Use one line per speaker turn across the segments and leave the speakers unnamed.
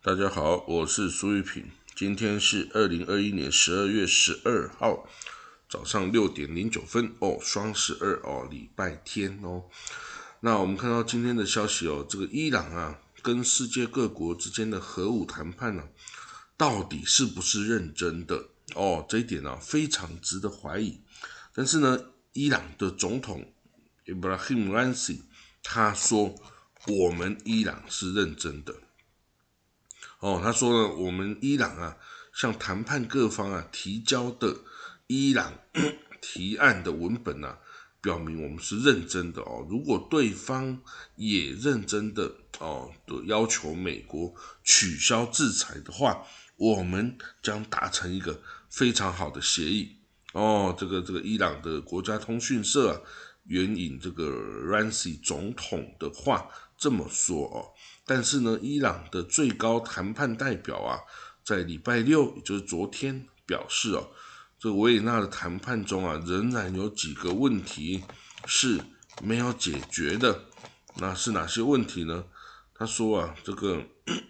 大家好，我是苏玉平，今天是2021年12月12号早上6:09哦，双12哦，礼拜天哦。那我们看到今天的消息哦，这个伊朗啊跟世界各国之间的核武谈判啊，到底是不是认真的哦？这一点啊非常值得怀疑。但是呢，伊朗的总统 Ebrahim Raisi 他说，我们伊朗是认真的。他说呢，我们伊朗啊，向谈判各方啊提交的伊朗提案的文本啊，表明我们是认真的哦。如果对方也认真的要求美国取消制裁的话，我们将达成一个非常好的协议哦。这个伊朗的国家通讯社啊，援引这个 Raisi 总统的话这么说哦。但是呢，伊朗的最高谈判代表啊，在礼拜六，也就是昨天表示哦，这个维也纳的谈判中啊，仍然有几个问题是没有解决的。那是哪些问题呢？他说啊，这个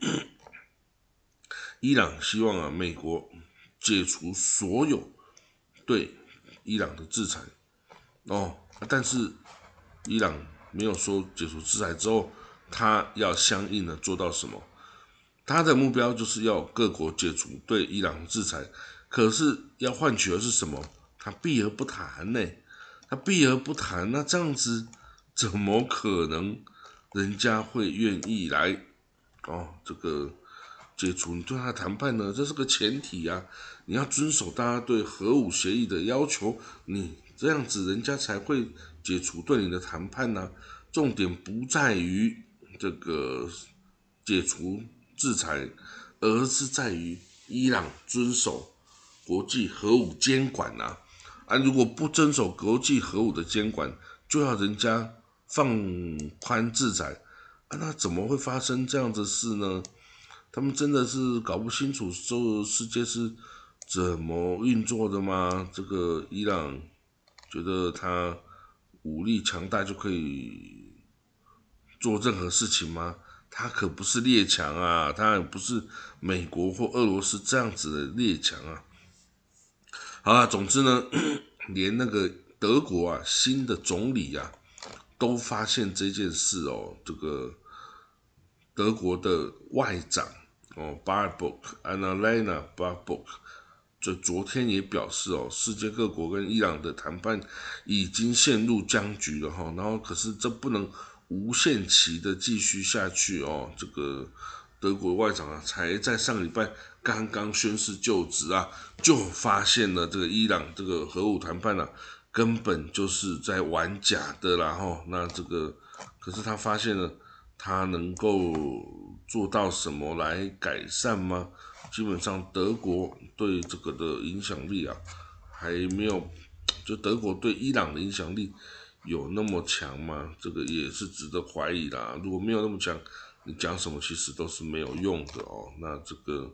伊朗希望啊，美国解除所有对伊朗的制裁哦，但是伊朗没有说解除制裁之后，他要相应的做到什么？他的目标就是要各国解除对伊朗的制裁，可是要换取的是什么？他避而不谈呢？他避而不谈，那这样子怎么可能人家会愿意来这个解除你对他的谈判呢？这是个前提啊，你要遵守大家对核武协议的要求，你这样子人家才会解除对你的谈判呢。重点不在于这个解除制裁，而是在于伊朗遵守国际核武监管如果不遵守国际核武的监管，就要人家放宽制裁那怎么会发生这样的事呢？他们真的是搞不清楚这个世界是怎么运作的吗？这个伊朗觉得他武力强大就可以做任何事情吗？他可不是列强啊，他也不是美国或俄罗斯这样子的列强啊。好啦，总之呢，连那个德国啊新的总理啊都发现这件事哦。这个德国的外长Baerbock Annalena Baerbock 就昨天也表示世界各国跟伊朗的谈判已经陷入僵局了然后可是这不能无限期的继续下去这个德国外长啊，才在上礼拜刚刚宣誓就职就发现了这个伊朗这个核武谈判根本就是在玩假的啦那这个可是他发现了，他能够做到什么来改善吗？基本上德国对这个的影响力还没有，就德国对伊朗的影响力有那么强吗？这个也是值得怀疑啦。如果没有那么强，你讲什么其实都是没有用的那这个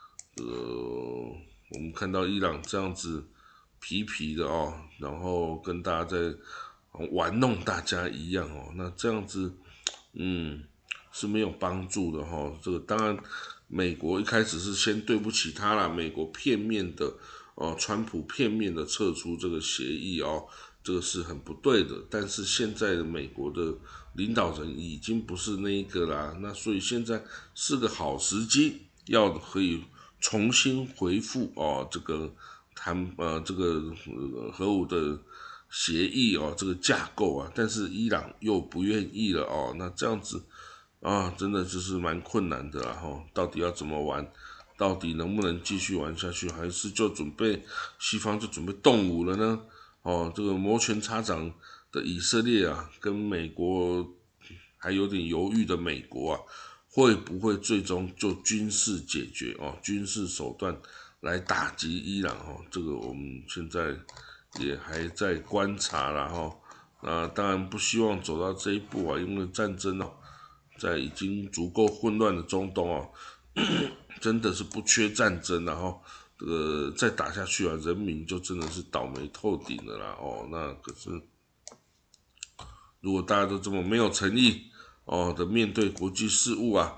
我们看到伊朗这样子皮皮的然后跟大家在玩弄大家一样那这样子是没有帮助的这个当然，美国一开始是先对不起他啦，美国片面的川普片面的撤出这个协议这个是很不对的。但是现在的美国的领导人已经不是那一个啦，那所以现在是个好时机，要可以重新回复这个这个核武的协议这个架构但是伊朗又不愿意了那这样子真的就是蛮困难的到底要怎么玩？到底能不能继续玩下去？还是就准备西方就准备动武了呢？这个摩拳擦掌的以色列跟美国还有点犹豫的美国会不会最终就军事解决军事手段来打击伊朗这个我们现在也还在观察啦那当然不希望走到这一步因为战争在已经足够混乱的中东真的是不缺战争这个再打下去人民就真的是倒霉透顶了啦那可是如果大家都这么没有诚意的面对国际事务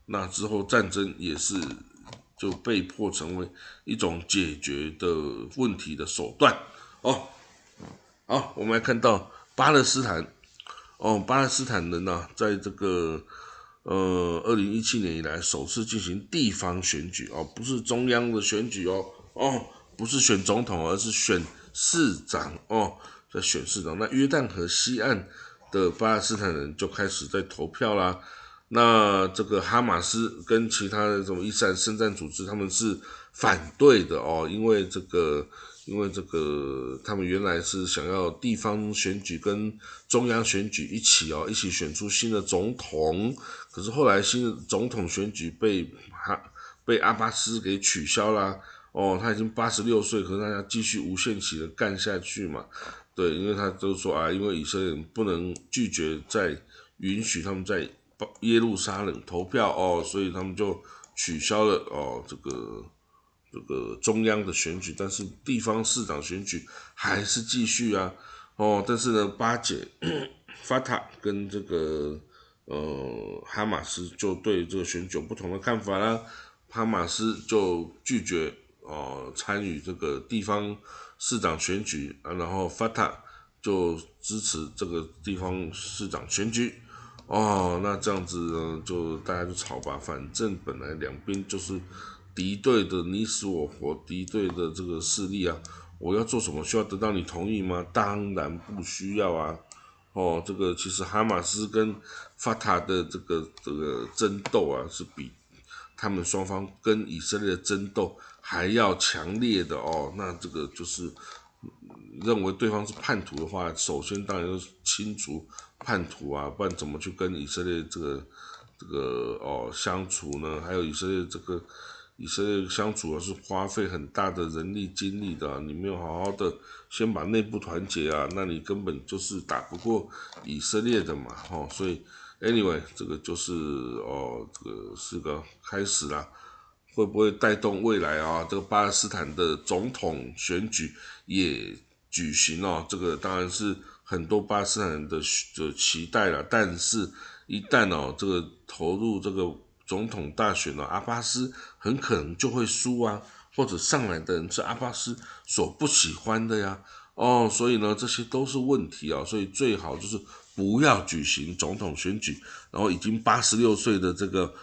那之后战争也是就被迫成为一种解决的问题的手段。好，我们来看到巴勒斯坦。巴勒斯坦人在这个2017年以来首次进行地方选举不是中央的选举不是选总统，而是选市长在选市长。那约旦河西岸的巴勒斯坦人就开始在投票啦。那这个哈马斯跟其他的什么伊斯兰圣战组织，他们是反对的因为这个他们原来是想要地方选举跟中央选举一起选出新的总统，可是后来新的总统选举被阿巴斯给取消啦。他已经86岁，可是他要继续无限期的干下去嘛。对，因为他就说因为以色列人不能拒绝允许他们在耶路撒冷投票所以他们就取消了这个中央的选举，但是地方市长选举还是继续但是呢，巴解法塔跟这个哈马斯就对这个选举有不同的看法啦。哈马斯就拒绝参与这个地方市长选举然后法塔就支持这个地方市长选举。那这样子呢，就大家就吵吧，反正本来两边就是敌对的你死我活，敌对的这个势力我要做什么需要得到你同意吗？当然不需要这个其实哈马斯跟法塔的这个争斗是比他们双方跟以色列的争斗还要强烈的那这个就是认为对方是叛徒的话，首先当然就是清除叛徒不然怎么去跟以色列这个相处呢？还有以色列相处是花费很大的人力精力的你没有好好的先把内部团结那你根本就是打不过以色列的嘛所以 anyway 这个就是这个是个开始啦。会不会带动未来这个巴勒斯坦的总统选举也举行这个当然是很多巴勒斯坦人的期待了。但是，一旦这个投入这个总统大选阿巴斯很可能就会输或者上来的人是阿巴斯所不喜欢的呀。所以呢，这些都是问题所以最好就是不要举行总统选举，然后已经86岁的这个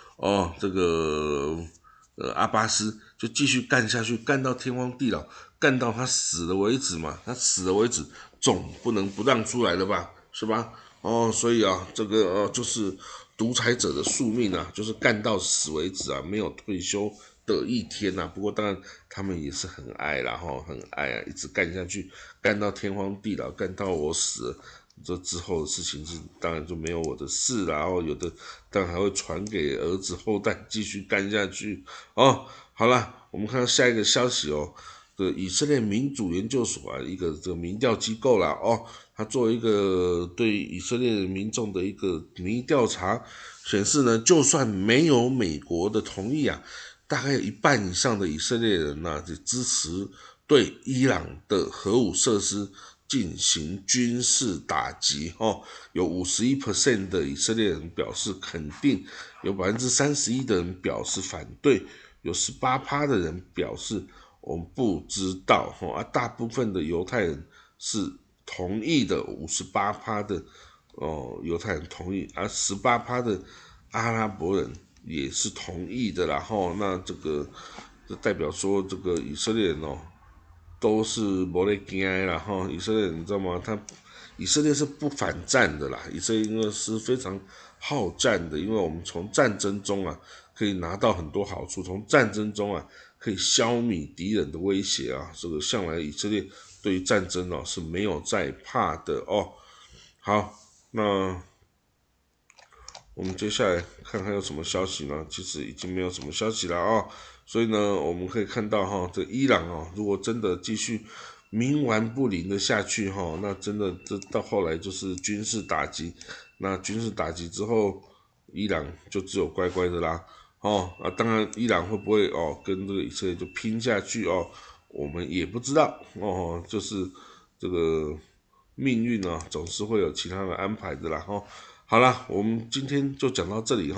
阿巴斯就继续干下去，干到天荒地老，干到他死了为止嘛。他死了为止，总不能不让出来了吧，是吧？所以这个就是独裁者的宿命就是干到死为止没有退休的一天不过当然他们也是很爱啦很爱一直干下去，干到天荒地老，干到我死了。这之后的事情是当然就没有我的事了，然后有的当然还会传给儿子后代继续干下去好了，我们看到下一个消息以色列民主研究所一个这个民调机构啦它做一个对以色列民众的一个民意调查，显示呢，就算没有美国的同意大概有一半以上的以色列人就支持对伊朗的核武设施进行军事打击有51% 的以色列人表示肯定，有31%的人表示反对，有18% 的人表示我们不知道大部分的犹太人是同意的，58%的犹太人同意，18% 的阿拉伯人也是同意的啦那这代表说这个以色列人都是没在怕的啦以色列人你知道吗？以色列是不反战的啦，以色列因为是非常好战的，因为我们从战争中可以拿到很多好处，从战争中可以消弭敌人的威胁这个向来以色列对于战争是没有在怕的好，那我们接下来看看有什么消息呢？其实已经没有什么消息了所以呢，我们可以看到这伊朗如果真的继续冥顽不灵的下去那真的这到后来就是军事打击。那军事打击之后，伊朗就只有乖乖的啦当然伊朗会不会跟这个以色列就拼下去我们也不知道就是这个命运总是会有其他的安排的啦好啦，我们今天就讲到这里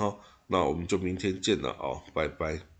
那我们就明天见了哦，拜拜。